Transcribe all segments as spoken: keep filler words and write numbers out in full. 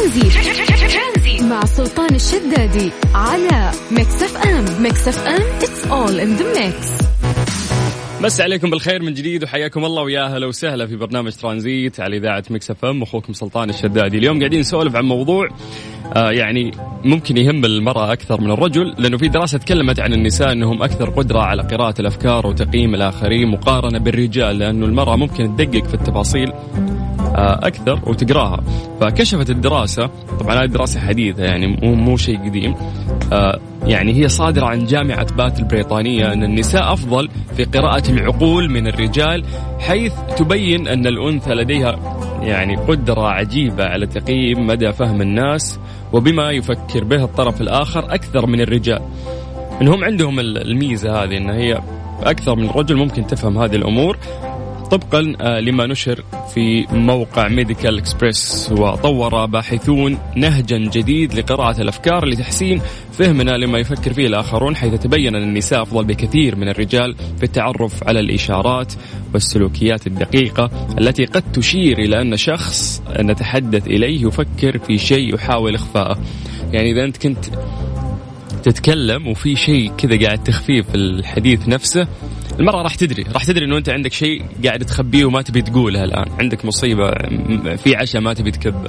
ترانزي مع سلطان الشدادي على ميكس اف ام. ميكس اف ام it's all in the mix. مسا عليكم بالخير من جديد وحياكم الله ويا هلا وسهلا في برنامج ترانزيت على إذاعة ميكس اف ام. أخوكم سلطان الشدادي. اليوم قاعدين نسولف عن موضوع آه يعني ممكن يهم المرأة أكثر من الرجل، لأنه في دراسة تكلمت عن النساء أنهم أكثر قدرة على قراءة الأفكار وتقييم الآخرين مقارنة بالرجال، لأنه المرأة ممكن تدقق في التفاصيل أكثر وتقراها. فكشفت الدراسة، طبعا هذه دراسة حديثة يعني مو, مو شيء قديم، يعني هي صادرة عن جامعة بات البريطانية، أن النساء أفضل في قراءة العقول من الرجال، حيث تبين أن الأنثى لديها يعني قدرة عجيبة على تقييم مدى فهم الناس وبما يفكر به الطرف الآخر أكثر من الرجال. إنهم عندهم الميزة هذه، أن هي أكثر من الرجل ممكن تفهم هذه الأمور، طبقا لما نشر في موقع ميديكال إكسبريس. وطور باحثون نهجا جديد لقراءة الأفكار لتحسين فهمنا لما يفكر فيه الآخرون، حيث تبين أن النساء أفضل بكثير من الرجال في التعرف على الإشارات والسلوكيات الدقيقة التي قد تشير إلى أن شخص نتحدث إليه يفكر في شيء يحاول إخفاءه. يعني إذا أنت كنت تتكلم وفي شيء كذا قاعد تخفيه في الحديث نفسه، المرأة راح تدري راح تدري إنه أنت عندك شيء قاعد تخبيه وما تبي تقولها الآن، عندك مصيبة في عشاء ما تبي تكبه.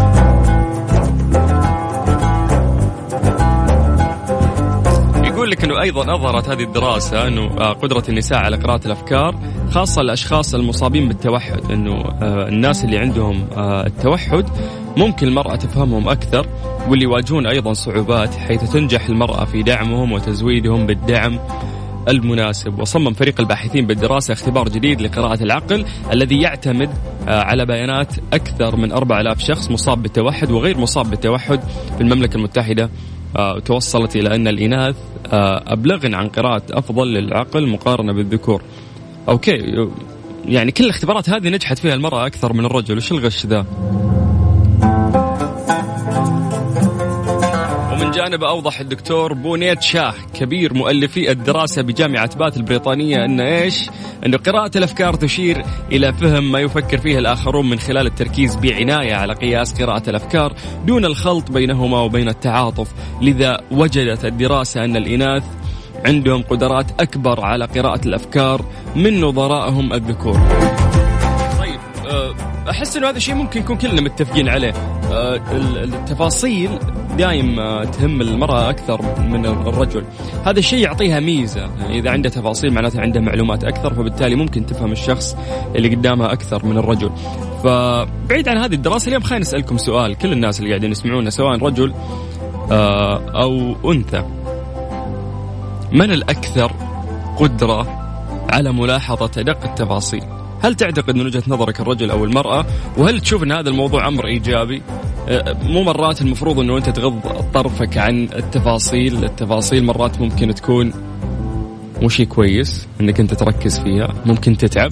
يقول لك إنه أيضا أظهرت هذه الدراسة إنه قدرة النساء على قراءة الأفكار خاصة الأشخاص المصابين بالتوحد، إنه الناس اللي عندهم التوحد ممكن المرأة تفهمهم أكثر، واللي يواجهون أيضا صعوبات، حيث تنجح المرأة في دعمهم وتزويدهم بالدعم المناسب. وصمم فريق الباحثين بالدراسة اختبار جديد لقراءة العقل الذي يعتمد على بيانات أكثر من أربعة آلاف شخص مصاب بالتوحد وغير مصاب بالتوحد في المملكة المتحدة. توصلت إلى أن الإناث أبلغن عن قراءة أفضل للعقل مقارنة بالذكور. أوكي، يعني كل الاختبارات هذه نجحت فيها المرأة أكثر من الرجل، وش الغش ذا؟ ومن جانب أوضح الدكتور بونيت شاه كبير مؤلفي الدراسة بجامعة بات البريطانية أن إيش؟ أن قراءة الأفكار تشير إلى فهم ما يفكر فيه الآخرون من خلال التركيز بعناية على قياس قراءة الأفكار دون الخلط بينهما وبين التعاطف. لذا وجدت الدراسة أن الإناث عندهم قدرات أكبر على قراءة الأفكار من نظرائهم الذكور. طيب أحس أنه هذا الشيء ممكن يكون كلنا متفقين عليه. التفاصيل دائم تهم المرأة أكثر من الرجل، هذا الشيء يعطيها ميزة. يعني إذا عنده تفاصيل معناته عنده معلومات أكثر، فبالتالي ممكن تفهم الشخص اللي قدامها أكثر من الرجل. فبعيد عن هذه الدراسة اليوم خلينا نسألكم سؤال، كل الناس اللي قاعدين يسمعونا سواء رجل أو أنثى، من الأكثر قدرة على ملاحظة أدق التفاصيل؟ هل تعتقد من وجهة نظرك الرجل أو المرأة؟ وهل تشوف أن هذا الموضوع أمر إيجابي؟ مو مرات المفروض أنه أنت تغض طرفك عن التفاصيل، التفاصيل مرات ممكن تكون مو شيء كويس أنك أنت تركز فيها، ممكن تتعب.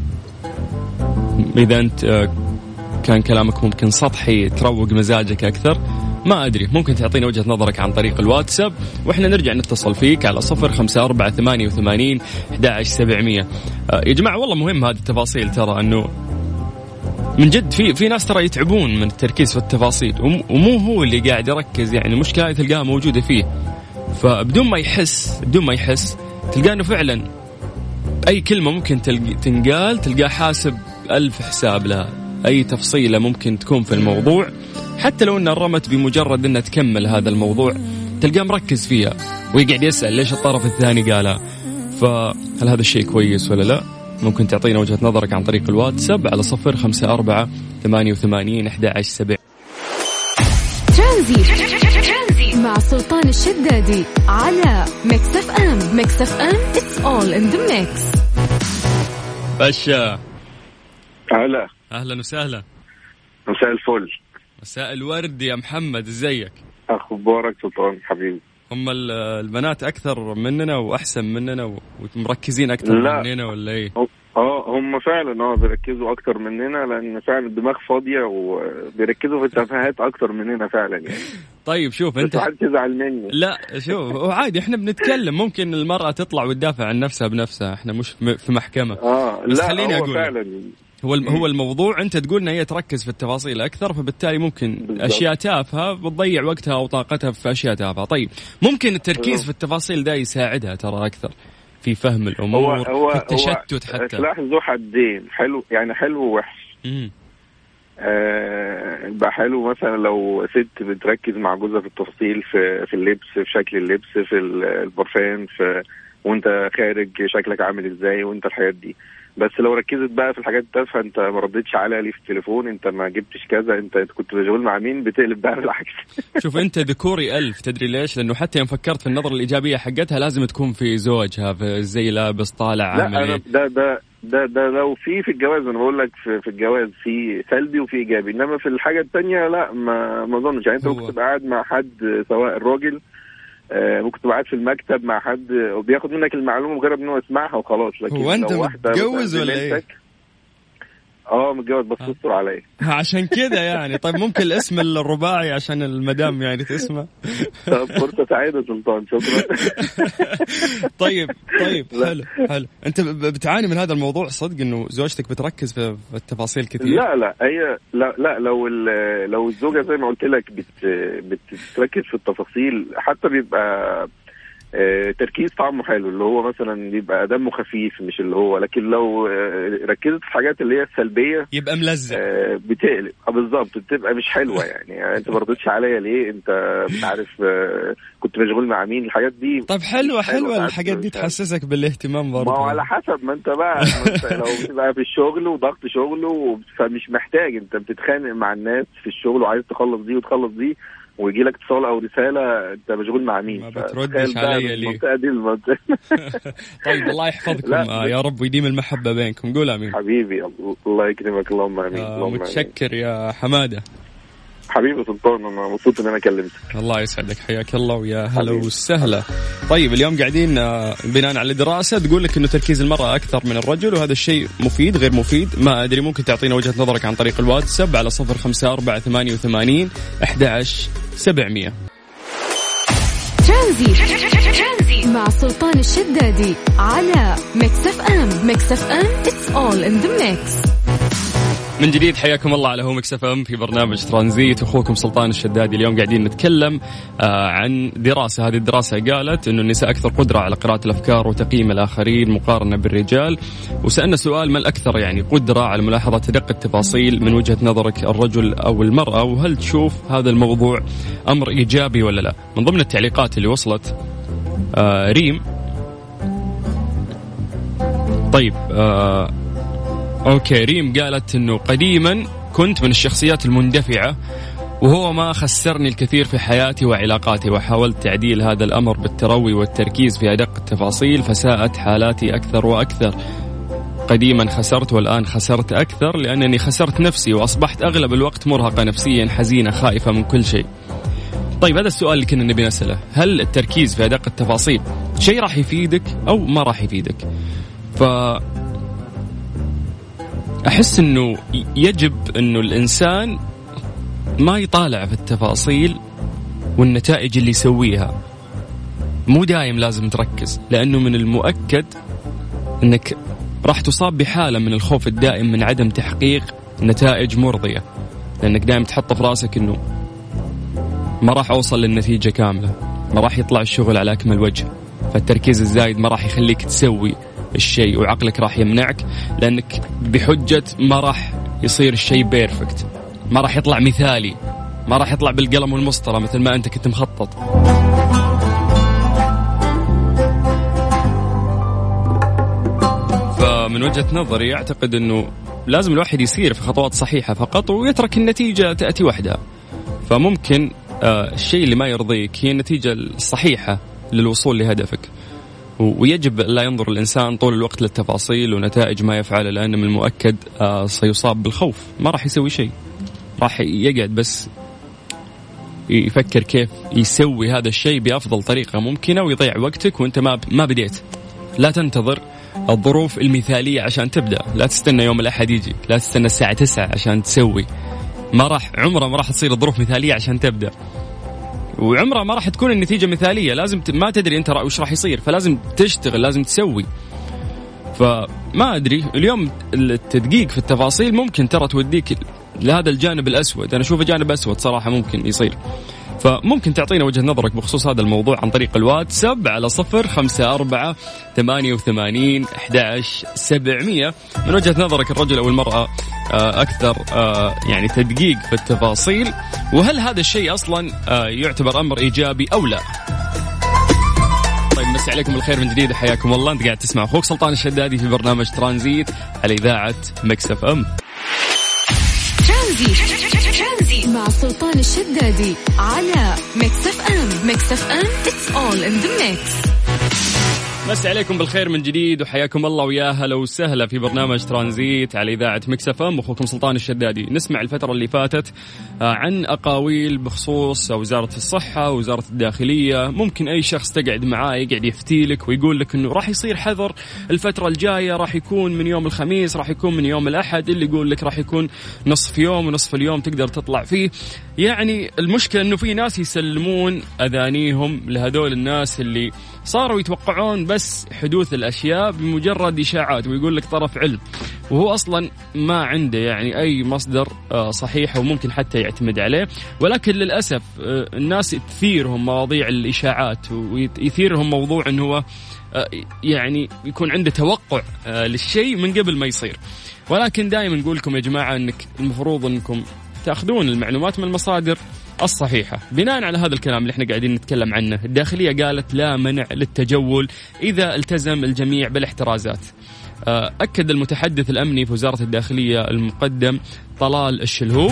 إذا أنت كان كلامك ممكن سطحي تروق مزاجك أكثر، ما أدري، ممكن تعطينا وجهة نظرك عن طريق الواتساب وإحنا نرجع نتصل فيك على صفر خمسة أربعة ثمانية وثمانين أحد عشر سبعمية. يا جماعة والله مهم هذه التفاصيل، ترى أنه من جد في في ناس ترى يتعبون من التركيز في التفاصيل، ومو هو اللي قاعد يركز، يعني المشكلة تلقاها موجودة فيه، فبدون ما يحس بدون ما يحس تلقى أنه فعلا أي كلمة ممكن تنقال تلقاه حاسب ألف حساب لها، أي تفصيلة ممكن تكون في الموضوع حتى لو أنها رمت بمجرد أنها تكمل هذا الموضوع تلقاه مركز فيها ويقعد يسأل ليش الطرف الثاني قالها. فهل هذا الشيء كويس ولا لا؟ ممكن تعطينا وجهة نظرك عن طريق الواتساب على صفر خمسة أربعة ثمانية وثمانين أحد عشر سبعمية. ترانزي مع سلطان الشدادي على ميكس اف ام. ميكس اف ام it's all in the mix. باشا هلا، أهلا وسهلا. مساء الفل. مساء الورد يا محمد، ازيك؟ أخبارك سلطان حبيبي؟ هم البنات أكثر مننا وأحسن مننا ومركزين أكثر لا. مننا ولا إيه؟ اه هم فعلا اه بيركزوا أكثر مننا، لأن فعلا الدماغ فاضية وبيركزوا في التفاهات أكثر مننا فعلا يعني. طيب شوف أنت حد تزعل مني؟ لا شوف، هو عادي، إحنا بنتكلم، ممكن المرأة تطلع وتدافع عن نفسها بنفسها، إحنا مش في محكمة. اه بس لا خليني أقول فعلا هو هو الموضوع أنت تقول إن هي تركز في التفاصيل أكثر، فبالتالي ممكن بالضبط. أشياء تافهة بتضيع وقتها وطاقتها في أشياء تافهة. طيب ممكن التركيز في التفاصيل ده يساعدها ترى أكثر في فهم الأمور، هو هو في التشتت هو حتى. سلاح ذو حدين، حلو يعني حلو ووحش. آه بقى حلو مثلا لو ست بتركز مع جوزها في التفاصيل، في في اللبس، في شكل اللبس، في البرفان، في وانت خارج شكلك عامل ازاي، وانت الحاجات دي. بس لو ركزت بقى في الحاجات التافهه، انت ما ردتش عليها ليه في التليفون، انت ما جبتش كذا، انت كنت مشغول مع مين، بتقلب بقى بالعكس. شوف انت ذكوري ألف، تدري ليش؟ لانه حتى يوم فكرت في النظره الايجابيه حقتها لازم تكون في زوجها، في زي لابس طالع عامل. لا أنا ده ده ده ده لو في في الجواز، انا بقول لك في, في الجواز في سلبي وفي ايجابي، انما في الحاجه الثانيه لا، ما ما اظنش. يعني انت ممكن تبقى قاعد مع حد، سواء الراجل آه ممكن تبقى قاعد في المكتب مع حد وبياخد منك المعلومه مجرد انه يسمعها وخلاص. لكن هو انت متجوز ولا ايه؟ اه متجوز بس تصبر عليا. عشان كده يعني. طيب ممكن الاسم الرباعي عشان المدام يعني تسمع. طب فرصة سعيدة سلطان، شكرا. طيب طيب حلو حلو. انت بتعاني من هذا الموضوع صدق، انه زوجتك بتركز في التفاصيل كثير؟ لا لا هي لا لا لو لو الزوجة زي ما قلت لك بت بتركز في التفاصيل، حتى بيبقى تركيز طعمه حلو، اللي هو مثلا بيبقى دمه خفيف، مش اللي هو. لكن لو ركزت في حاجات اللي هي السلبيه يبقى ملزق، بتقلب. اه بالظبط، بتبقى مش حلوه يعني, يعني انت ما رضيتش عليا ليه، انت مش عارف كنت مشغول مع مين، الحاجات دي. طب حلوه حلوه الحاجات دي تحسسك بالاهتمام برضه. ما هو على حسب ما انت بقى ما انت لو بتبقى في الشغل وضغط شغل، فمش محتاج، انت بتتخانق مع الناس في الشغل وعايز تخلص دي وتخلص دي، ويجي لك اتصال او رساله انت مشغول مع مين، ما بتردش عليا ليه؟ دي المنطقة. طيب الله يحفظكم آه يا رب ويديم المحبه بينكم. قول امين. حبيبي الله يكرمك، اللهم امين. آه متشكر يا حماده. حبيبي سلطان، انا مبسوط ان انا كلمتك. الله يسعدك، حياك الله ويا هلا وسهلا. طيب اليوم قاعدين بناء على دراسه تقول لك انه تركيز المراه اكثر من الرجل، وهذا الشيء مفيد غير مفيد ما ادري. ممكن تعطينا وجهه نظرك عن طريق الواتساب على صفر خمسة أربعة ثمانية وثمانين أحد عشر سبعمية. ترانزي مع سلطان الشدادي على ميكس اف ام. ميكس اف ام it's all in the mix. من جديد حياكم الله على هو ميكس اف ام في برنامج ترانزيت، اخوكم سلطان الشدادي. اليوم قاعدين نتكلم آه عن دراسة. هذه الدراسة قالت انه النساء اكثر قدرة على قراءة الافكار وتقييم الاخرين مقارنة بالرجال، وسألنا سؤال: ما الاكثر يعني قدرة على ملاحظة دقة التفاصيل من وجهة نظرك، الرجل او المرأة؟ وهل تشوف هذا الموضوع امر ايجابي ولا لا؟ من ضمن التعليقات اللي وصلت آه ريم. طيب آه أوكي ريم قالت إنه قديما كنت من الشخصيات المندفعة، وهو ما خسرني الكثير في حياتي وعلاقاتي، وحاولت تعديل هذا الأمر بالتروي والتركيز في أدق التفاصيل، فساءت حالاتي أكثر وأكثر. قديما خسرت والآن خسرت أكثر، لأنني خسرت نفسي وأصبحت أغلب الوقت مرهقة نفسيا، حزينة، خائفة من كل شيء. طيب هذا السؤال اللي كنا نبي نسأله: هل التركيز في أدق التفاصيل شيء راح يفيدك أو ما راح يفيدك؟ ف أحس أنه يجب أنه الإنسان ما يطالع في التفاصيل والنتائج اللي يسويها، مو دايم لازم تركز، لأنه من المؤكد أنك راح تصاب بحالة من الخوف الدائم من عدم تحقيق نتائج مرضية، لأنك دائم تحط في راسك أنه ما راح أوصل للنتيجة كاملة، ما راح يطلع الشغل على أكمل وجه. فالتركيز الزايد ما راح يخليك تسوي الشيء، وعقلك راح يمنعك، لأنك بحجة ما راح يصير الشيء بيرفكت، ما راح يطلع مثالي، ما راح يطلع بالقلم والمسطرة مثل ما أنت كنت مخطط. فمن وجهة نظري أعتقد أنه لازم الواحد يسير في خطوات صحيحة فقط، ويترك النتيجة تأتي وحدها. فممكن آه الشيء اللي ما يرضيك هي النتيجة الصحيحة للوصول لهدفك، ويجب لا ينظر الإنسان طول الوقت للتفاصيل ونتائج ما يفعله، لأن من المؤكد آه سيصاب بالخوف، ما راح يسوي شيء، راح يقعد بس يفكر كيف يسوي هذا الشيء بأفضل طريقة ممكنة، ويضيع وقتك وانت ما ما بديت. لا تنتظر الظروف المثالية عشان تبدأ، لا تستنى يوم الأحد يجي، لا تستنى الساعة تسعة عشان تسوي، ما راح عمره ما راح تصير الظروف مثالية عشان تبدأ، وعمره ما راح تكون النتيجة مثالية. لازم ت... ما تدري أنت وش راح يصير، فلازم تشتغل، لازم تسوي. فما أدري اليوم التدقيق في التفاصيل ممكن ترى توديك لهذا الجانب الأسود. أنا أشوفه جانب أسود صراحة ممكن يصير. فممكن تعطينا وجهة نظرك بخصوص هذا الموضوع عن طريق الواتساب على صفر خمسة أربعة ثمانية وثمانين أحد عشر سبعمية. من وجهة نظرك الرجل أو المرأة أكثر يعني تدقيق في التفاصيل، وهل هذا الشيء أصلا يعتبر أمر إيجابي أو لا؟ طيب مسي عليكم الخير من جديد، حياكم الله. أنت قاعد تسمع أخوك سلطان الشدادي في برنامج ترانزيت على إذاعة ميكس اف ام. ترانزيت مع سلطان الشدادي على ميكس اف ام. ميكس اف ام it's all in the mix. مسي عليكم بالخير من جديد وحياكم الله ويا هلا وسهلا في برنامج ترانزيت على إذاعة ميكس اف ام. أخوكم سلطان الشدادي. نسمع الفترة اللي فاتت عن أقاويل بخصوص وزارة الصحة ووزارة الداخلية. ممكن أي شخص تقعد معاه يقعد يفتي لك ويقول لك إنه راح يصير حظر الفترة الجاية، راح يكون من يوم الخميس، راح يكون من يوم الأحد، اللي يقول لك راح يكون نصف يوم ونصف اليوم تقدر تطلع فيه. يعني المشكلة إنه في ناس يسلمون أذانيهم لهذول الناس اللي صاروا يتوقعون بس حدوث الأشياء بمجرد إشاعات، ويقول لك طرف علم، وهو أصلا ما عنده يعني أي مصدر صحيح وممكن حتى يعتمد عليه. ولكن للأسف الناس تثيرهم مواضيع الإشاعات ويثيرهم موضوع أنه هو يعني يكون عنده توقع للشيء من قبل ما يصير. ولكن دائما نقول لكم يا جماعة أنك المفروض أنكم تأخذون المعلومات من المصادر الصحيحة. بناء على هذا الكلام اللي احنا قاعدين نتكلم عنه، الداخلية قالت لا منع للتجول إذا التزم الجميع بالاحترازات. أكد المتحدث الأمني في وزارة الداخلية المقدم طلال الشلهوب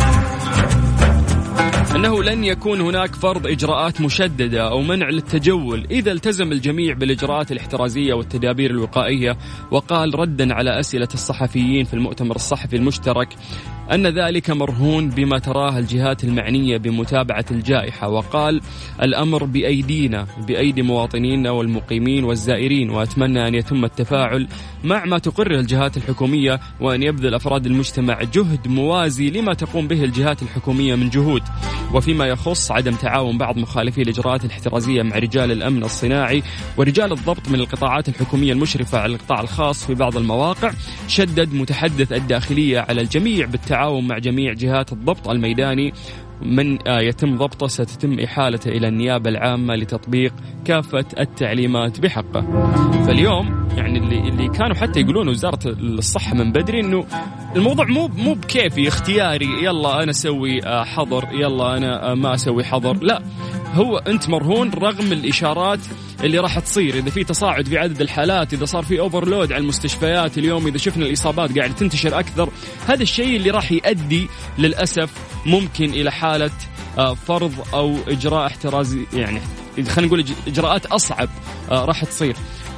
أنه لن يكون هناك فرض إجراءات مشددة أو منع للتجول إذا التزم الجميع بالإجراءات الاحترازية والتدابير الوقائية. وقال ردا على أسئلة الصحفيين في المؤتمر الصحفي المشترك أن ذلك مرهون بما تراه الجهات المعنية بمتابعة الجائحة. وقال الأمر بأيدينا بأيدي مواطنينا والمقيمين والزائرين، وأتمنى أن يتم التفاعل مع ما تقرر الجهات الحكومية، وأن يبذل أفراد المجتمع جهد موازي لما تقوم به الجهات الحكومية من جهود. وفيما يخص عدم تعاون بعض مخالفي الإجراءات الاحترازية مع رجال الأمن الصناعي ورجال الضبط من القطاعات الحكومية المشرفة على القطاع الخاص في بعض المواقع، شدد متحدث الداخلية على الجميع بالتعاون مع جميع جهات الضبط الميداني. من يتم ضبطه ستتم إحالته إلى النيابة العامة لتطبيق كافة التعليمات بحقه. فاليوم يعني اللي اللي كانوا حتى يقولون وزارة الصحة من بدري إنه الموضوع مو مو بكيفي اختياري، يلا أنا أسوي حظر يلا أنا ما أسوي حظر، لا، هو أنت مرهون رغم الإشارات اللي راح تصير. إذا في تصاعد في عدد الحالات، إذا صار في أوفرلود على المستشفيات اليوم، إذا شفنا الإصابات قاعدة تنتشر أكثر، هذا الشيء اللي راح يؤدي للأسف ممكن إلى حالة فرض أو إجراء احترازي، يعني خلينا نقول إجراءات أصعب راح تصير.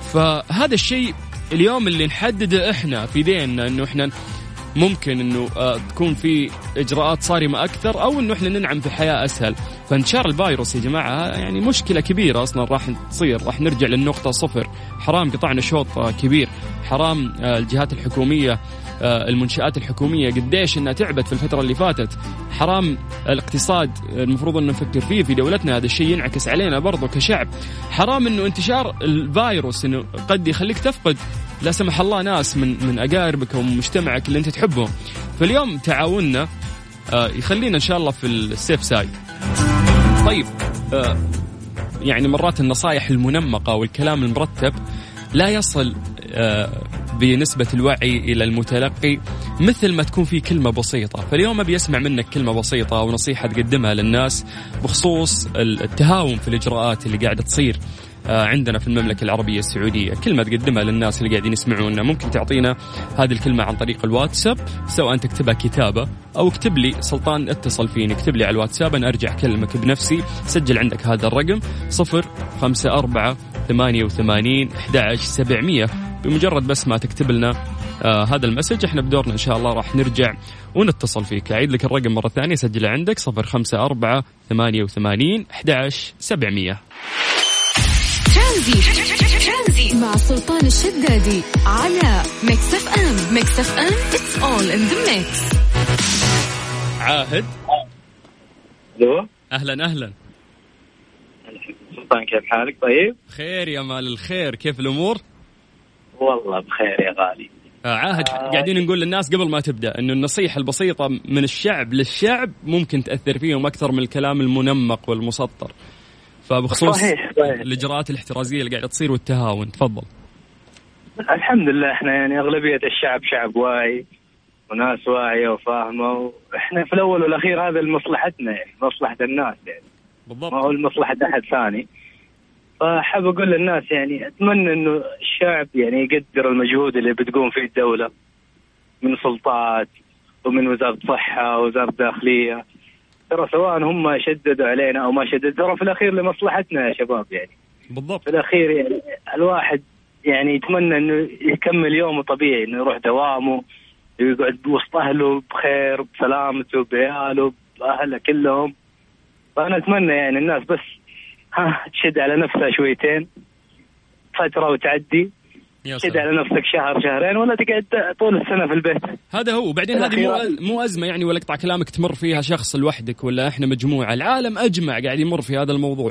فهذا الشيء اليوم اللي نحدده إحنا في ديننا، إنه إحنا ممكن إنه تكون في إجراءات صارمة أكثر، أو إنه إحنا ننعم في حياة أسهل. فانتشار الفيروس يا جماعة يعني مشكلة كبيرة أصلا راح تصير، راح نرجع للنقطة صفر. حرام قطعنا شوط كبير، حرام الجهات الحكومية المنشآت الحكومية قديش إنها تعبت في الفترة اللي فاتت، حرام الاقتصاد المفروض أن نفكر فيه في دولتنا، هذا الشيء ينعكس علينا برضو كشعب. حرام إنه انتشار الفيروس إنه قد يخليك تفقد لا سمح الله ناس من من أقاربك ومن مجتمعك اللي أنت تحبهم. فاليوم تعاوننا يخلينا إن شاء الله في السيف سايد. طيب يعني مرات النصائح المنمقة والكلام المرتب لا يصل بنسبة الوعي إلى المتلقي مثل ما تكون في كلمة بسيطة. فاليوم أبي أسمع منك كلمة بسيطة أو نصيحة تقدمها للناس بخصوص التهاون في الإجراءات اللي قاعدة تصير عندنا في المملكة العربية السعودية. كلمة تقدمها للناس اللي قاعدين يسمعونا، ممكن تعطينا هذه الكلمة عن طريق الواتساب، سواء تكتبها كتابة أو اكتب لي سلطان اتصل فيني، اكتب لي على الواتساب أنا أرجع أكلمك بنفسي. سجل عندك هذا الرقم صفر خمسة أربعة ثمانية وثمانين أحد عشر سبعمية. بمجرد بس ما تكتب لنا آه هذا المسج، احنا بدورنا إن شاء الله راح نرجع ونتصل فيك. أعيد لك الرقم مرة ثانية، سجل عندك صفر خمسة أربعة ثمانية وثمانين أحد عشر سبعمية. ترانزيت مع سلطان الشدادي على ميكس اف ام. ميكس اف ام it's all in the mix. عاهد الو، أهلا أهلا سلطان كيف حالك؟ طيب خير يا مال الخير، كيف الأمور؟ والله بخير يا غالي. عاهد آه قاعدين نقول للناس قبل ما تبدأ إنه النصيحة البسيطة من الشعب للشعب ممكن تأثر فيهم أكثر من الكلام المنمق والمسطر. فبخصوص صحيح صحيح. الإجراءات الاحترازية اللي قاعدة تصير والتهاون، تفضل. الحمد لله احنا يعني أغلبية الشعب شعب واعي وناس واعية وفاهمة، وإحنا في الأول والأخير هذا لمصلحتنا يعني مصلحة الناس يعني بالضبط. ما هو لمصلحة أحد ثاني. فحاب أقول للناس يعني أتمنى إنه الشعب يعني يقدر المجهود اللي بتقوم فيه الدولة من سلطات ومن وزارة صحة ووزارة داخلية. ترى سواء هم شددوا علينا أو ما شددوا، ترى في الأخير لمصلحتنا يا شباب يعني. بالضبط. في الأخير يعني الواحد يعني يتمنى إنه يكمل يومه طبيعي، إنه يروح دوامه ويقعد وسط أهله بخير بسلامته بعياله بأهله كلهم. فأنا أتمنى يعني الناس بس ها تشد على نفسها شويتين فترة وتعدي، تشد على نفسك شهر شهرين ولا تقعد طول السنة في البيت. هذا هو. وبعدين هذه مو مو أزمة يعني ولا قطع كلامك تمر فيها شخص لوحدك ولا إحنا مجموعة، العالم أجمع قاعد يمر في هذا الموضوع.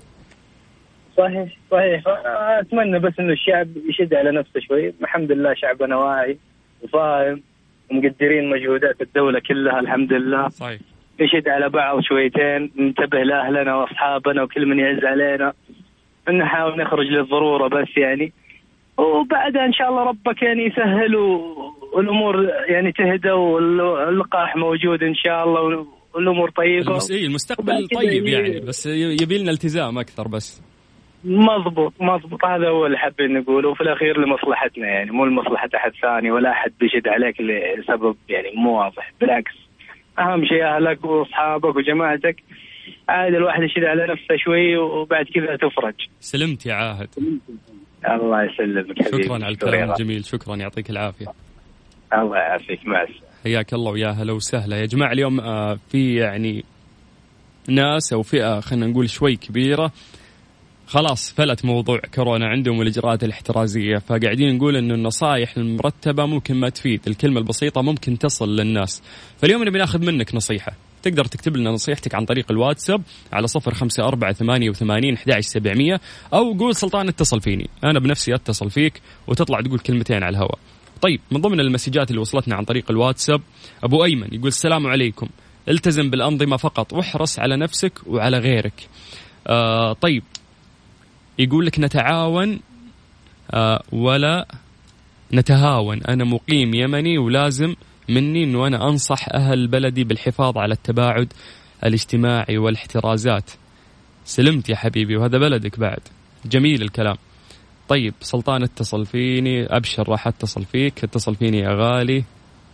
صحيح صحيح. أتمنى بس إنه الشعب يشد على نفسه شوي. الحمد لله شعبنا واعي وفاهم ومقدرين مجهودات الدولة كلها الحمد لله. صحيح. نشد على بعض شويتين، ننتبه لأهلنا وأصحابنا وكل من يعز علينا، نحاول نخرج للضرورة بس يعني، وبعدها إن شاء الله ربك يعني يسهل والأمور يعني تهدى واللقاح موجود إن شاء الله والأمور طيبة. المستقبل طيب يعني، بس يبي لنا التزام أكثر بس. مضبوط مضبوط. هذا هو اللي حابين نقوله، وفي الأخير لمصلحتنا يعني مو لمصلحة أحد ثاني ولا أحد بيشد عليك لسبب يعني مو واضح. بالعكس أهم شيء أهلك وأصحابك وجماعتك. عاد الواحد يشد على نفسه شوي وبعد كذا تفرج. سلمت يا عاهد. الله يسلمك حبيبي. شكرا على الكلام الجميل. شكرا يعطيك العافية. الله يعافيك. مع السلامة. حياك الله ويا هلا وسهلا يا جماعة. اليوم في يعني ناس أو فئة خلينا نقول شوي كبيرة خلاص فلت موضوع كورونا عندهم والإجراءات الاحترازية، فقاعدين نقول إنه النصائح المرتبة ممكن ما تفيد، الكلمة البسيطة ممكن تصل للناس. فاليوم نبي ناخذ منك نصيحة، تقدر تكتب لنا نصيحتك عن طريق الواتساب على صفر خمسة أربعة ثمانية وثمانين أحد عشر سبعمية، أو قول سلطان اتصل فيني، أنا بنفسي أتصل فيك وتطلع تقول كلمتين على الهواء. طيب من ضمن المسجات اللي وصلتنا عن طريق الواتساب أبو أيمن يقول السلام عليكم، التزم بالأنظمة فقط واحرص على نفسك وعلى غيرك. آه طيب يقول لك نتعاون آه ولا نتهاون، أنا مقيم يمني ولازم مني أنه أنا أنصح أهل بلدي بالحفاظ على التباعد الاجتماعي والاحترازات. سلمت يا حبيبي وهذا بلدك بعد. جميل الكلام. طيب سلطان اتصل فيني، أبشر راح اتصل فيك، اتصل فيني يا غالي.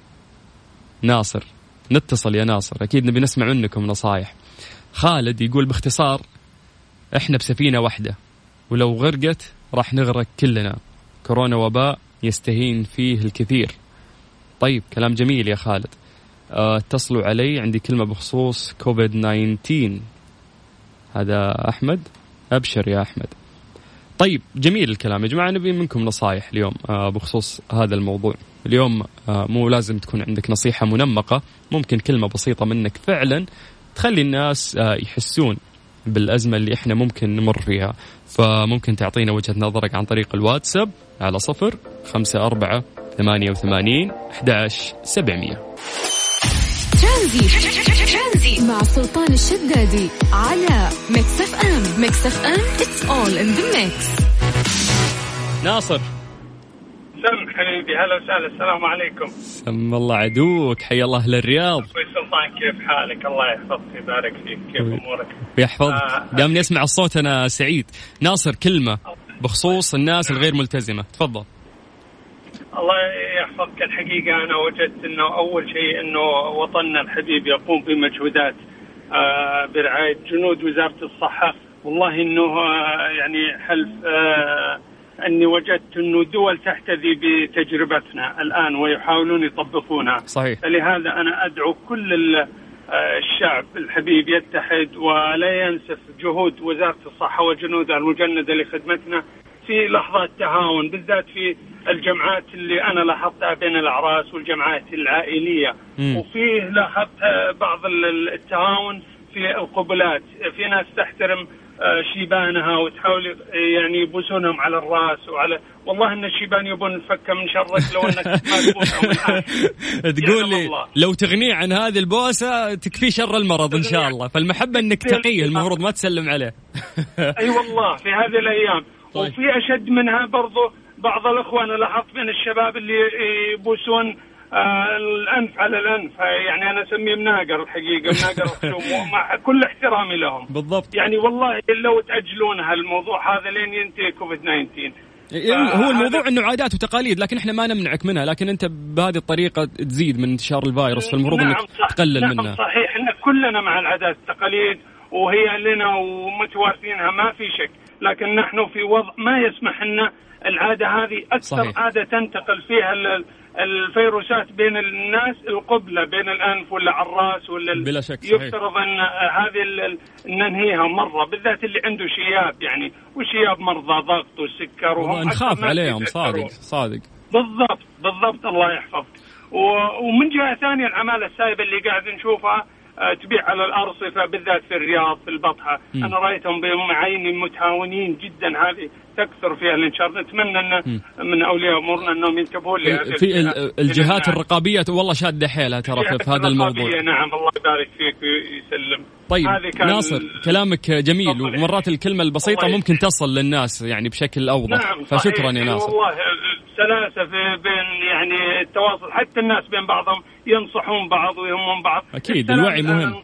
ناصر نتصل يا ناصر، أكيد نبي نسمع منكم نصايح. خالد يقول باختصار إحنا بسفينة واحدة ولو غرقت راح نغرق كلنا، كورونا وباء يستهين فيه الكثير. طيب كلام جميل يا خالد. اتصلوا علي عندي كلمة بخصوص كوفيد تسعة عشر. هذا أحمد. أبشر يا أحمد. طيب جميل الكلام يا جماعة، نبي منكم نصايح اليوم بخصوص هذا الموضوع. اليوم مو لازم تكون عندك نصيحة منمقة، ممكن كلمة بسيطة منك فعلا تخلي الناس يحسون بالأزمة اللي إحنا ممكن نمر فيها. فممكن تعطينا وجهة نظرك عن طريق الواتساب على صفر خمسة أربعة ثمانية وثمانين أحد عشر سبعمية. ترانزي مع سلطان الشدادي على ميكس اف ام. ميكس اف ام it's all in the mix. ناصر سم حبيبي هلا وسهلا. السلام عليكم. سم الله عدوك. حي الله أهل الرياض. أخوي سلطان كيف حالك؟ الله يحفظك ويبارك فيك. كيف أمورك؟ يحفظك. آه دامني أسمع الصوت أنا سعيد. ناصر كلمة بخصوص الناس الغير ملتزمة، تفضل. الله يحفظك. الحقيقة أنا وجدت أنه أول شيء أنه وطننا الحبيب يقوم بمجهودات آه برعاية جنود وزارة الصحة. والله أنه آه يعني حلف آه أني وجدت أنه دول تحتذي بتجربتنا الآن ويحاولون يطبقونها. صحيح. فلهذا أنا أدعو كل الشعب الحبيب يتحد ولا ينسف جهود وزارة الصحة وجنودها المجندة لخدمتنا في لحظات تهاون، بالذات في الجمعات اللي أنا لاحظتها بين الأعراس والجمعات العائلية. م. وفيه لاحظت بعض التهاون في القبلات، في ناس تحترم شيبانها وتحاول يعني يبوسونهم على الراس وعلى والله ان الشيبان يبون نفكه من شرك لو انك ما تبوسهم. تقول لي لو تغني عن هذه البوسه تكفي شر المرض ان شاء الله. فالمحبه انك تقيه المفروض ما تسلم عليه. اي والله في هذه الايام. طيب. وفي اشد منها برضو بعض الاخوان لاحظت من الشباب اللي يبوسون آه الأنف على الأنف، يعني أنا أسميه مناقر الحقيقة، مناقر الخشوم مع كل احترامي لهم. بالضبط. يعني والله لو تأجلون هالموضوع هذا لين ينتهي كوفيد تسعة عشر. هو الموضوع إنه عادات وتقاليد، لكن إحنا ما نمنعك منها، لكن أنت بهذه الطريقة تزيد من انتشار الفيروس، فالمفروض نعم إنك تقلل نعم منها. صحيح، إن كلنا مع العادات والتقاليد وهي لنا ومتوارثينها ما في شك، لكن نحن في وضع ما يسمح لنا العادة هذه أكثر. صحيح. عادة تنتقل فيها الفيروسات بين الناس، القبلة بين الأنف ولا على الرأس ولا بلا شك. يفترض أن هذه ننهيها مرة، بالذات اللي عنده شياب يعني، وشياب مرضى ضغط والسكر وهم نخاف عليهم. صادق صادق بالضبط بالضبط. الله يحفظك. ومن جهة ثانية العمالة السائبة اللي قاعد نشوفها تبيع على الأرصفة بالذات في الرياض في البطحة، م. أنا رأيتهم بعيني متهاونين جدا، هذه تكثر فيها الانشار. نتمنى أن من أولياء أمورنا أنهم ينتبهوا لها. في الجهات الرقابية والله شادة حيلها ترى في هذا الموضوع. نعم الله يبارك فيك ويسلم. طيب ناصر كلامك جميل، ومرات الكلمة البسيطة ممكن تصل للناس يعني بشكل أوضح. نعم فشكرا يا ناصر. والله سلاسة في بين يعني التواصل، حتى الناس بين بعضهم ينصحون بعض ويهمون بعض. أكيد الوعي مهم.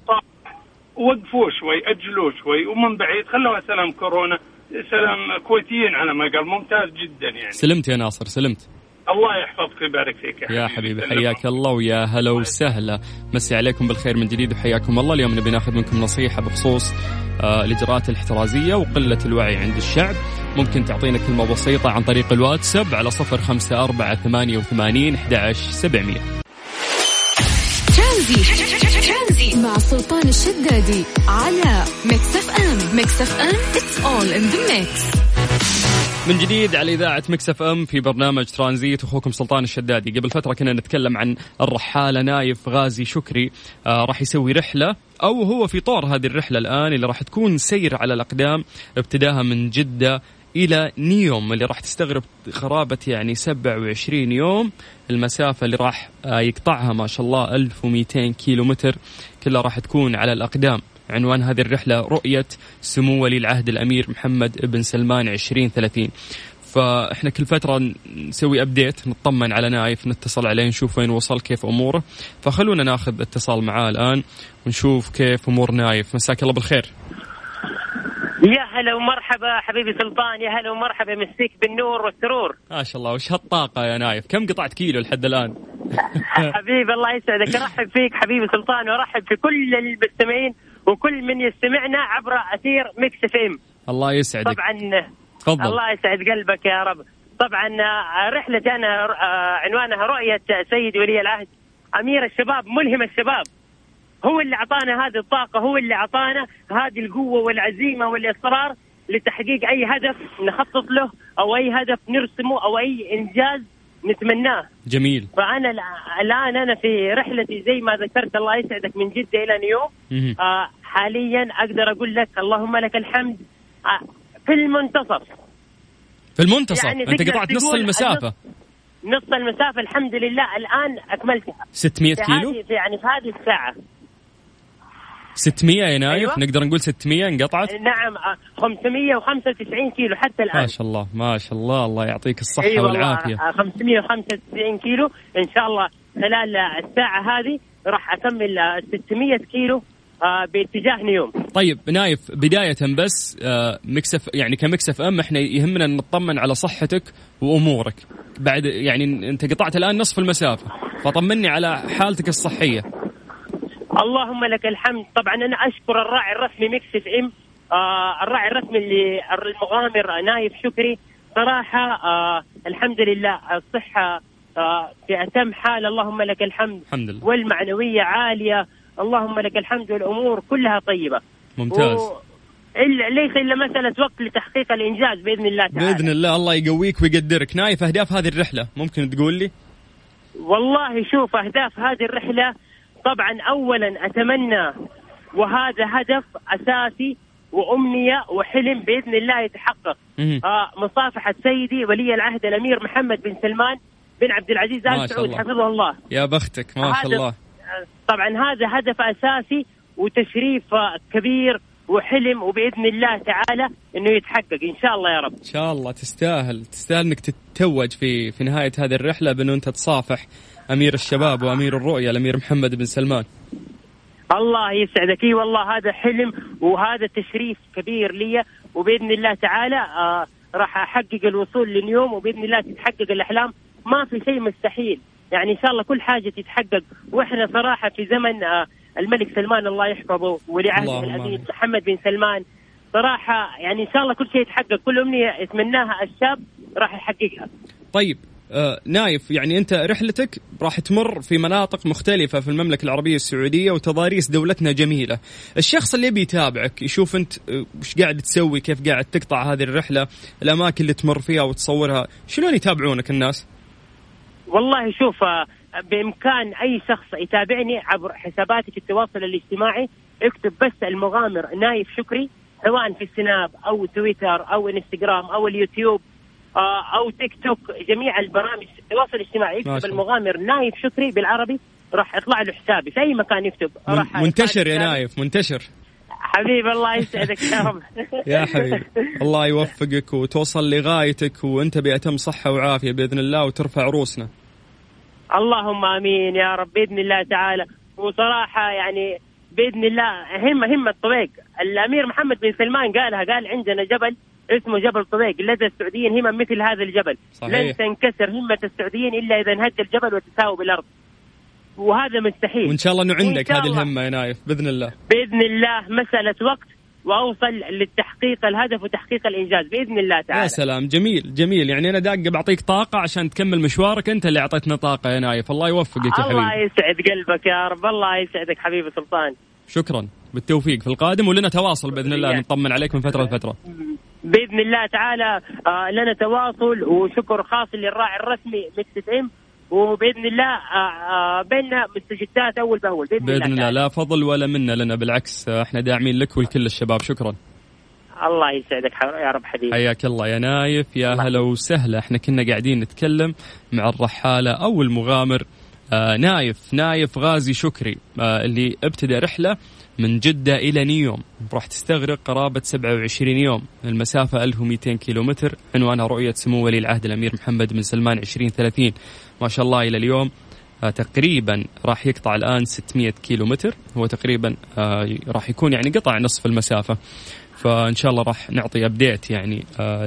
وقفوا شوي، أجلوا شوي، ومن بعيد خلوها سلام كورونا، سلام كويتيين على ما قال، ممتاز جدا يعني. سلمت يا ناصر سلمت. الله يحفظك ويبارك فيك يا, يا حبيبي. حياك الله ويا هلا وسهلا، مسي عليكم بالخير من جديد وحياكم الله. اليوم نبي ناخذ منكم نصيحة بخصوص آه الإجراءات الاحترازية وقلة الوعي عند الشعب. ممكن تعطينا كلمة بسيطة عن طريق الواتساب على صفر خمسة أربعة ثمانية وثمانين أحد عشر سبعمية. ترانزي مع سلطان الشدادي على ميكس اف ام. ميكس اف ام it's all in the mix. من جديد على إذاعة ميكس اف ام في برنامج ترانزيت، أخوكم سلطان الشدادي. قبل فترة كنا نتكلم عن الرحالة نايف غازي شكري، آه راح يسوي رحلة أو هو في طور هذه الرحلة الآن، اللي راح تكون سير على الأقدام ابتداها من جدة إلى نيوم، اللي راح تستغرق قرابة يعني سبعة وعشرين يوم. المسافة اللي راح يقطعها ما شاء الله ألف ومئتين كيلو متر، كلها راح تكون على الأقدام. عنوان هذه الرحلة رؤية سمو ولي العهد الأمير محمد بن سلمان عشرين ثلاثين. فإحنا كل فترة نسوي أبديت، نطمن على نايف، نتصل عليه نشوف وين وصل، كيف أموره. فخلونا ناخذ اتصال معاه الآن ونشوف كيف أمور نايف. مساك الله بالخير. يا هلا ومرحبا حبيبي سلطان، يا هلا ومرحبا، مسيك بالنور والسرور. ما شاء الله. وش هالطاقة يا نايف؟ كم قطعت كيلو لحد الآن؟ حبيبي الله يسعدك، ارحب فيك حبيبي سلطان، وارحب في كل المستمعين وكل من يستمعنا عبر أثير ميكس اف ام. الله يسعدك. طبعا تفضل. الله يسعد قلبك يا رب. طبعا رحلتي أنا عنوانها رؤية سيد ولي العهد أمير الشباب ملهم الشباب. هو اللي أعطانا هذه الطاقة، هو اللي أعطانا هذه القوة والعزيمة والإصرار لتحقيق أي هدف نخطط له أو أي هدف نرسمه أو أي إنجاز نتمناه. جميل. فأنا الآن أنا في رحلتي زي ما ذكرت الله يسعدك من جدة إلى نيوم. آه حاليا أقدر أقول لك اللهم لك الحمد آه في المنتصف. في المنتصف يعني أنت قطعت نص المسافة. نص المسافة الحمد لله الآن أكملتها. ستمائة كيلو يعني في هذه الساعة. ستمائة يا نايف. أيوة. نقدر نقول ستمائة انقطعت. نعم خمسمائة وخمسة وتسعين كيلو حتى الآن. ما شاء الله ما شاء الله، الله يعطيك الصحة أيوة والعافية. خمسمائة وخمسة وتسعين كيلو إن شاء الله خلال الساعة هذه راح أكمل ستمائة كيلو باتجاه نيوم. طيب نايف بداية بس مكسف يعني كمكسف أم احنا يهمنا نطمن على صحتك وأمورك بعد، يعني أنت قطعت الآن نصف المسافة، فطمني على حالتك الصحية. اللهم لك الحمد. طبعا أنا أشكر الراعي الرسمي ميكس اف ام، آه الراعي الرسمي اللي المغامر نايف شكري صراحة. آه الحمد لله الصحة آه في أتم حال اللهم لك الحمد. الحمد لله. والمعنوية عالية اللهم لك الحمد، والأمور كلها طيبة. ممتاز. و... إلا ليس إلا مسألة وقت لتحقيق الإنجاز بإذن الله تعالى. بإذن الله. الله يقويك ويقدرك. نايف أهداف هذه الرحلة ممكن تقول لي؟ والله شوف أهداف هذه الرحلة طبعا أولا أتمنى، وهذا هدف أساسي وأمنية وحلم بإذن الله يتحقق. آه مصافحة سيدي ولي العهد الأمير محمد بن سلمان بن عبد العزيز آل سعود حفظه الله. يا بختك ما شاء الله. طبعا هذا هدف أساسي وتشريف كبير وحلم، وبإذن الله تعالى إنه يتحقق إن شاء الله يا رب. إن شاء الله تستاهل تستاهل إنك تتوج في في نهاية هذه الرحلة بأنه أنت تصافح أمير الشباب وأمير الرؤية الأمير محمد بن سلمان. الله يسعدك. اي والله هذا حلم وهذا تشريف كبير لي، وبإذن الله تعالى آه راح أحقق الوصول لليوم، وبإذن الله تتحقق الأحلام. ما في شيء مستحيل يعني، إن شاء الله كل حاجة تتحقق. وإحنا صراحة في زمن آه الملك سلمان الله يحفظه ولي عهده الأمير محمد بن سلمان، صراحة يعني إن شاء الله كل شيء يتحقق، كل أمنية يتمناها الشاب راح يحققها. طيب آه نايف، يعني أنت رحلتك راح تمر في مناطق مختلفة في المملكة العربية السعودية وتضاريس دولتنا جميلة. الشخص اللي بيتابعك يشوف أنت وش قاعد تسوي، كيف قاعد تقطع هذه الرحلة، الأماكن اللي تمر فيها وتصورها، شلون يتابعونك الناس؟ والله شوف، بإمكان أي شخص يتابعني عبر حساباتي في التواصل الاجتماعي، اكتب بس المغامر نايف شكري، سواء في السناب أو تويتر أو انستغرام أو اليوتيوب أو تيك توك، جميع البرامج التواصل الاجتماعي يكتب المغامر نايف شكري بالعربي راح يطلع له حسابي في أي مكان يكتب. راح منتشر يا نايف، منتشر حبيب. الله يسعدك يا رب. يا حبيب الله يوفقك وتوصل لغايتك وانت بأتم صحة وعافية بإذن الله، وترفع روسنا. اللهم آمين يا رب بإذن الله تعالى. وصراحة يعني بإذن الله همة همة طويق. الأمير محمد بن سلمان قالها، قال عندنا جبل اسمه جبل طويق، لدى السعوديين همم مثل هذا الجبل. صحيح. لن تنكسر همة السعوديين إلا إذا انهد الجبل وتساوي بالأرض، وهذا مستحيل. وإن شاء الله إنه عندك هذه الهمة يا نايف بإذن الله. بإذن الله مسألة وقت وأوصل للتحقيق الهدف وتحقيق الإنجاز بإذن الله تعالى. يا سلام، جميل جميل. يعني أنا داقة بعطيك طاقة عشان تكمل مشوارك، أنت اللي أعطيتنا طاقة يا نايف. الله يوفقك يا حبيبي. الله يسعد قلبك يا رب. الله يسعدك حبيبي سلطان. شكرا، بالتوفيق في القادم، ولنا تواصل بإذن الله، نطمن عليك من فترة لفترة بإذن الله تعالى. آه لنا تواصل، وشكر خاص للراعي الرسمي ميكس ام، وبإذن الله آه بيننا مستجدات أول بأول بإذن, بإذن الله, الله. لا فضل ولا منا لنا، بالعكس احنا داعمين لك ولكل الشباب. شكرا. الله يسعدك يا رب حبيبي. حياك الله يا نايف. يا هلا وسهلا. احنا كنا قاعدين نتكلم مع الرحالة أو المغامر آه نايف نايف غازي شكري، آه اللي ابتدى رحلة من جدة إلى نيوم، راح تستغرق قرابة سبعة وعشرين يوم، المسافة ألف ومئتين كيلومتر، عنوانها رؤية سمو ولي العهد الأمير محمد بن سلمان عشرين ثلاثين. ما شاء الله إلى اليوم آه تقريبا راح يقطع الآن ستمئة كيلومتر، هو تقريبا آه راح يكون يعني قطع نصف المسافة. فإن شاء الله راح نعطي أبديت يعني آه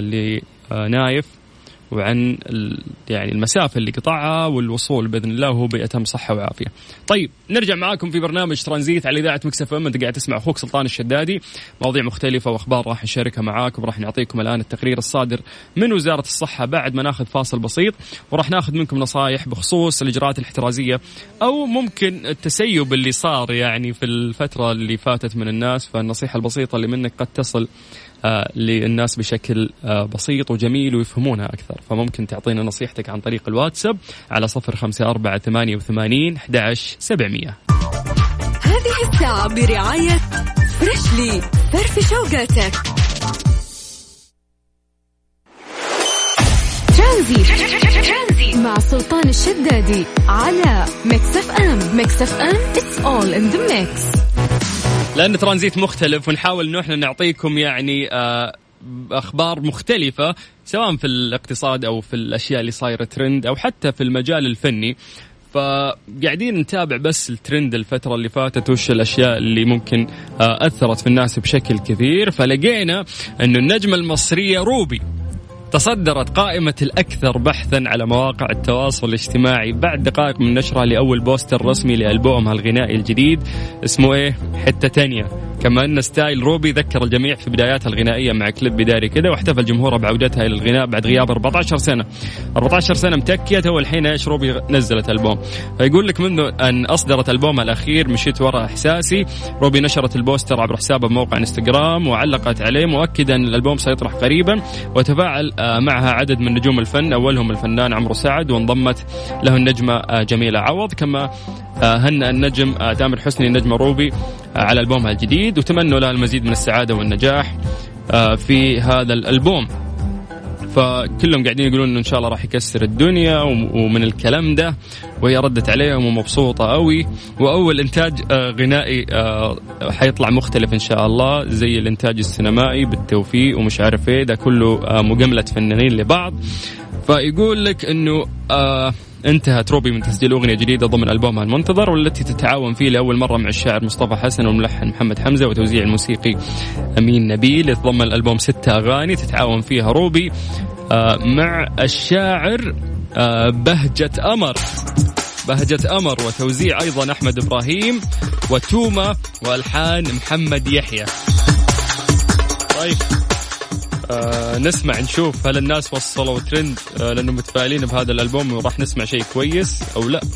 لنايف وعن يعني المسافة اللي قطعها والوصول بإذن الله وهو بأتم صحة وعافية. طيب نرجع معاكم في برنامج ترانزيت على إذاعة مكس اف ام. أنت قاعد تسمع أخوك سلطان الشدادي، مواضيع مختلفة وأخبار راح نشاركها معاكم. راح نعطيكم الآن التقرير الصادر من وزارة الصحة بعد ما ناخذ فاصل بسيط، وراح ناخذ منكم نصائح بخصوص الإجراءات الاحترازية أو ممكن التسيب اللي صار يعني في الفترة اللي فاتت من الناس. فالنصيحة البسيطة اللي منك قد تصل آه للناس بشكل آه بسيط وجميل ويفهمونها أكثر، فممكن تعطينا نصيحتك عن طريق الواتساب على صفر خمسة أربعة ثمانية وثمانين أحد عشر سبعمية. هذه الساعة برعاية فريشلي، فرف شوقاتك. ترانزيت مع سلطان الشدادي على ميكس اف ام. ميكس اف ام it's all in the mix. لأن ترانزيت مختلف ونحاول إنه إحنا نعطيكم يعني أخبار مختلفة سواء في الاقتصاد أو في الأشياء اللي صايرة ترند أو حتى في المجال الفني. فقاعدين نتابع بس الترند الفترة اللي فاتت، وش الأشياء اللي ممكن أثرت في الناس بشكل كبير. فلقينا إنه النجمة المصرية روبي تصدرت قائمة الأكثر بحثا على مواقع التواصل الاجتماعي بعد دقائق من نشرها لأول بوستر رسمي لألبومها الغنائي الجديد اسمه إيه حتة تانية. كما أن ستايل روبي ذكر الجميع في بداياتها الغنائية مع كليب بداري كده، واحتفل جمهورها بعودتها إلى الغناء بعد غياب أربعة عشر سنة. أربعة عشر سنة متكية تو الحين إيش روبي نزلت ألبوم. فيقول لك منذ أن أصدرت ألبومها الأخير مشيت وراء إحساسي، روبي نشرت البوستر عبر حسابها بموقع انستغرام وعلقت عليه مؤكدا أن الألبوم سيطرح قريبا، وتفاعل معها عدد من نجوم الفن أولهم الفنان عمرو سعد، وانضمت له النجمة جميلة عوض. كما هنأ النجم تامر حسني النجمة روبي على ألبومها الجديد، وتمنوا لها المزيد من السعادة والنجاح في هذا الألبوم. فكلهم قاعدين يقولون إنه إن شاء الله راح يكسر الدنيا ومن الكلام ده، وهي ردت عليهم ومبسوطة قوي. وأول إنتاج غنائي حيطلع مختلف إن شاء الله زي الإنتاج السينمائي بالتوفيق ومش عارف إيه، ده كله مجاملة فنانين لبعض. فيقول لك إنه آه انتهت روبي من تسجيل أغنية جديدة ضمن ألبومها المنتظر، والتي تتعاون فيه لأول مرة مع الشاعر مصطفى حسن والملحن محمد حمزة وتوزيع الموسيقي أمين نبيل. يتضمن الألبوم ستة أغاني تتعاون فيها روبي مع الشاعر بهجة أمر بهجة أمر وتوزيع أيضا أحمد إبراهيم وتومة والحان محمد يحيى. طيب آه نسمع نشوف هل الناس وصلوا ترند آه لأنه متفائلين بهذا الألبوم وراح نسمع شيء كويس أو لا.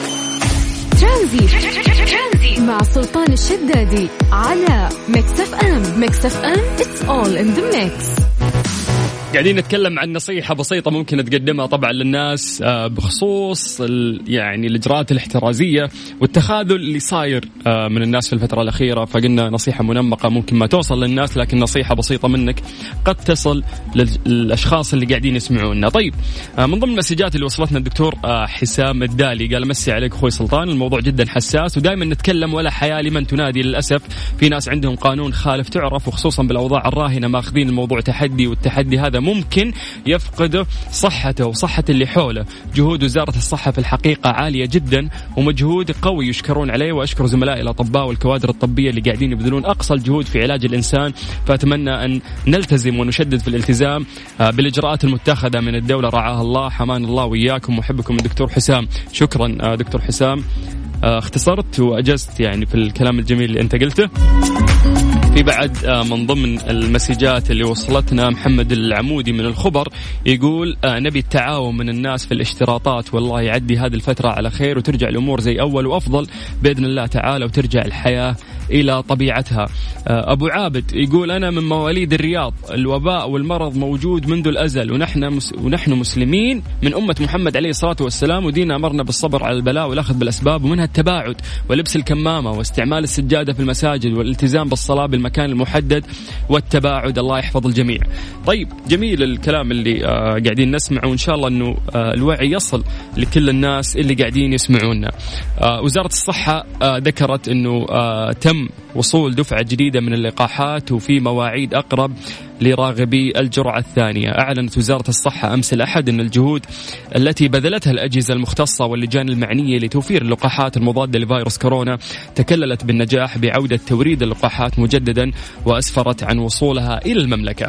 ترانزي مع سلطان الشدادي على ميكس اف ام. ميكس اف ام it's all in the mix. قاعدين نتكلم عن نصيحة بسيطة ممكن تقدمها طبعا للناس بخصوص يعني الإجراءات الاحترازية والتخاذل اللي صاير من الناس في الفترة الأخيرة. فقلنا نصيحة منمقة ممكن ما توصل للناس، لكن نصيحة بسيطة منك قد تصل للأشخاص اللي قاعدين يسمعونا. طيب من ضمن المسجات اللي وصلتنا الدكتور حسام الدالي قال مسي عليك أخوي سلطان، الموضوع جدا حساس ودائما نتكلم ولا حياة لمن تنادي. للأسف في ناس عندهم قانون خالف تعرف، وخصوصا بالأوضاع الراهنة ماخذين الموضوع تحدي، والتحدي هذا ممكن يفقد صحته وصحة اللي حوله. جهود وزارة الصحة في الحقيقة عالية جدا ومجهود قوي يشكرون عليه، وأشكر زملائي الأطباء والكوادر الطبية اللي قاعدين يبذلون أقصى الجهود في علاج الإنسان. فأتمنى أن نلتزم ونشدد في الالتزام بالإجراءات المتخذة من الدولة رعاها الله. حمان الله وإياكم، محبكم الدكتور حسام. شكرا دكتور حسام، اختصرت وأجزت يعني في الكلام الجميل اللي أنت قلته. في بعد من ضمن المسجات اللي وصلتنا محمد العمودي من الخبر يقول نبي التعاون من الناس في الاشتراطات، والله يعدي هذه الفترة على خير وترجع الأمور زي أول وأفضل بإذن الله تعالى، وترجع الحياة إلى طبيعتها. أبو عابد يقول أنا من مواليد الرياض، الوباء والمرض موجود منذ الأزل، ونحن مس ونحن مسلمين من أمة محمد عليه الصلاة والسلام، ودينا أمرنا بالصبر على البلاء والأخذ بالأسباب، ومنها التباعد ولبس الكمامة واستعمال السجادة في المساجد والالتزام بالصلاة بالمكان المحدد والتباعد. الله يحفظ الجميع. طيب جميل الكلام اللي آه قاعدين نسمعه، وإن شاء الله أنه آه الوعي يصل لكل الناس اللي قاعدين يسمعونا. آه وزارة الصحة آه ذكرت أنه آه تم وصول دفعة جديدة من اللقاحات وفي مواعيد أقرب لراغبي الجرعة الثانية. أعلنت وزارة الصحة أمس الأحد أن الجهود التي بذلتها الأجهزة المختصة واللجان المعنية لتوفير اللقاحات المضادة لفيروس كورونا تكللت بالنجاح بعودة توريد اللقاحات مجددا، وأسفرت عن وصولها إلى المملكة.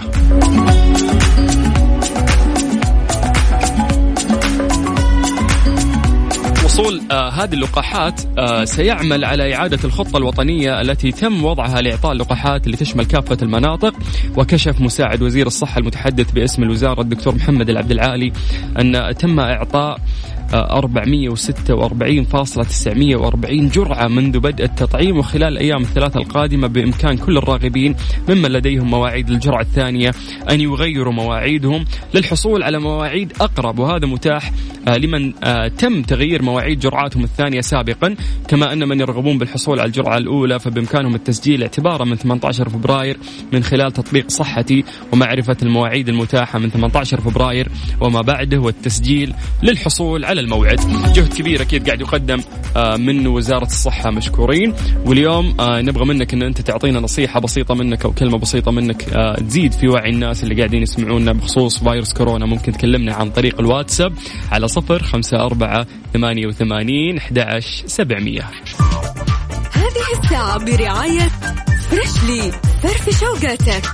وصول آه هذه اللقاحات آه سيعمل على إعادة الخطة الوطنية التي تم وضعها لإعطاء اللقاحات اللي تشمل كافة المناطق. وكشف مساعد وزير الصحة المتحدث باسم الوزارة الدكتور محمد العبد العالي أن تم إعطاء أربعمئة وستة وأربعين فاصلة تسعمئة وأربعين جرعة منذ بدء التطعيم، وخلال الأيام الثلاثة القادمة بإمكان كل الراغبين ممن لديهم مواعيد الجرعة الثانية أن يغيروا مواعيدهم للحصول على مواعيد أقرب، وهذا متاح لمن تم تغيير مواعيد جرعاتهم الثانية سابقا. كما أن من يرغبون بالحصول على الجرعة الأولى فبإمكانهم التسجيل اعتبارا من ثمانية عشر فبراير من خلال تطبيق صحتي، ومعرفة المواعيد المتاحة من ثمانية عشر فبراير وما بعده، والتسجيل للحصول على الموعد. جهد كبير أكيد قاعد يقدم من وزارة الصحة، مشكورين. واليوم نبغى منك أن أنت تعطينا نصيحة بسيطة منك أو كلمة بسيطة منك تزيد في وعي الناس اللي قاعدين يسمعونا بخصوص فيروس كورونا. ممكن تكلمنا عن طريق الواتساب على صفر خمسة أربعة ثمانية وثمانين أحد عشر سبعمية. هذه الساعة برعاية فريشلي، فرف شوقاتك.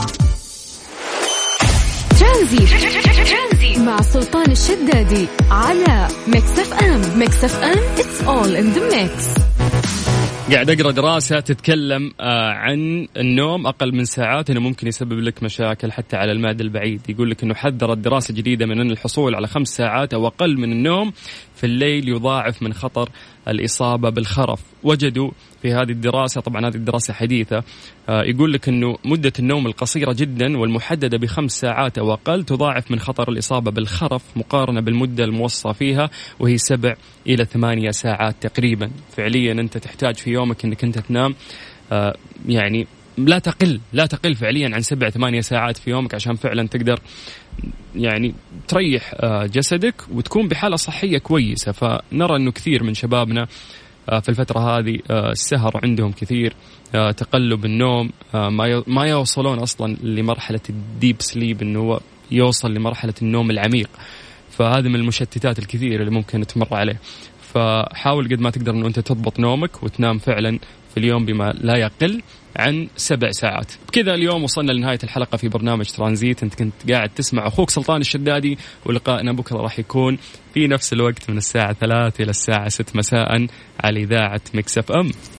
ترانزي مع سلطان الشدادي على ميكس اف ام. ميكس اف ام it's all in the mix. قاعد أقرأ دراسة تتكلم عن النوم أقل من ساعات إنه ممكن يسبب لك مشاكل حتى على المدى البعيد. يقول لك إنه حذرت دراسة جديدة من أن الحصول على خمس ساعات أو أقل من النوم في الليل يضاعف من خطر الإصابة بالخرف. وجدوا في هذه الدراسة، طبعا هذه الدراسة حديثة، يقول لك أنه مدة النوم القصيرة جدا والمحددة بخمس ساعات أو أقل تضاعف من خطر الإصابة بالخرف مقارنة بالمدة الموصى فيها وهي سبع إلى ثمانية ساعات تقريبا. فعليا أنت تحتاج في يومك أنك أنت تنام يعني لا تقل لا تقل فعليا عن سبع ثمانية ساعات في يومك عشان فعلا تقدر يعني تريح جسدك وتكون بحالة صحية كويسة. فنرى أنه كثير من شبابنا في الفترة هذه السهر عندهم كثير، تقلب النوم، ما يوصلون أصلا لمرحلة الديب سليب أنه يوصل لمرحلة النوم العميق. فهذه من المشتتات الكثيرة اللي ممكن تمر عليه. فحاول قد ما تقدر أنه أنت تضبط نومك وتنام فعلا في اليوم بما لا يقل عن سبع ساعات. بكذا اليوم وصلنا لنهاية الحلقة في برنامج ترانزيت. أنت كنت قاعد تسمع أخوك سلطان الشدادي، ولقائنا بكرة راح يكون في نفس الوقت من الساعة ثلاثة إلى الساعة ستة مساء على إذاعة ميكس اف ام.